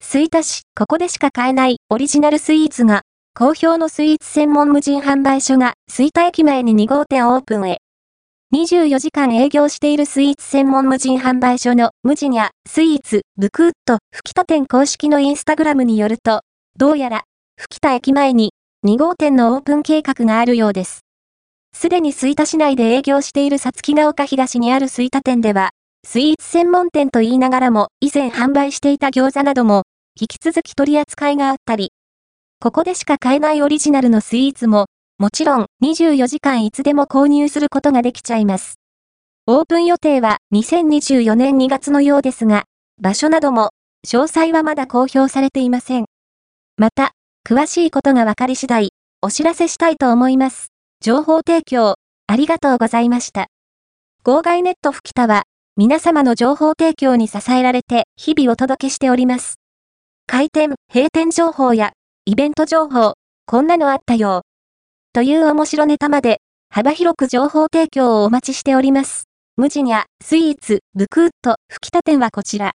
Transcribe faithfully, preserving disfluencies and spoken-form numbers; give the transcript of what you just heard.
吹田市、ここでしか買えないオリジナルスイーツが、好評のスイーツ専門無人販売所が吹田駅前にに号店オープンへ。にじゅうよじかん営業しているスイーツ専門無人販売所の無人やスイーツブクーッと吹田店公式のインスタグラムによると、どうやら吹田駅前にに号店のオープン計画があるようです。すでに吹田市内で営業しているさつきが丘東にある吹田店では、スイーツ専門店と言いながらも以前販売していた餃子なども引き続き取り扱いがあったり、ここでしか買えないオリジナルのスイーツももちろんにじゅうよじかんいつでも購入することができちゃいます。オープン予定はにせんにじゅうよねんにがつのようですが、場所なども詳細はまだ公表されていません。また、詳しいことが分かり次第、お知らせしたいと思います。情報提供、ありがとうございました。号外ネット吹田は、皆様の情報提供に支えられて日々お届けしております。開店、閉店情報や、イベント情報、こんなのあったよ。という面白ネタまで、幅広く情報提供をお待ちしております。無人やスイーツ、ブクーッと吹田店はこちら。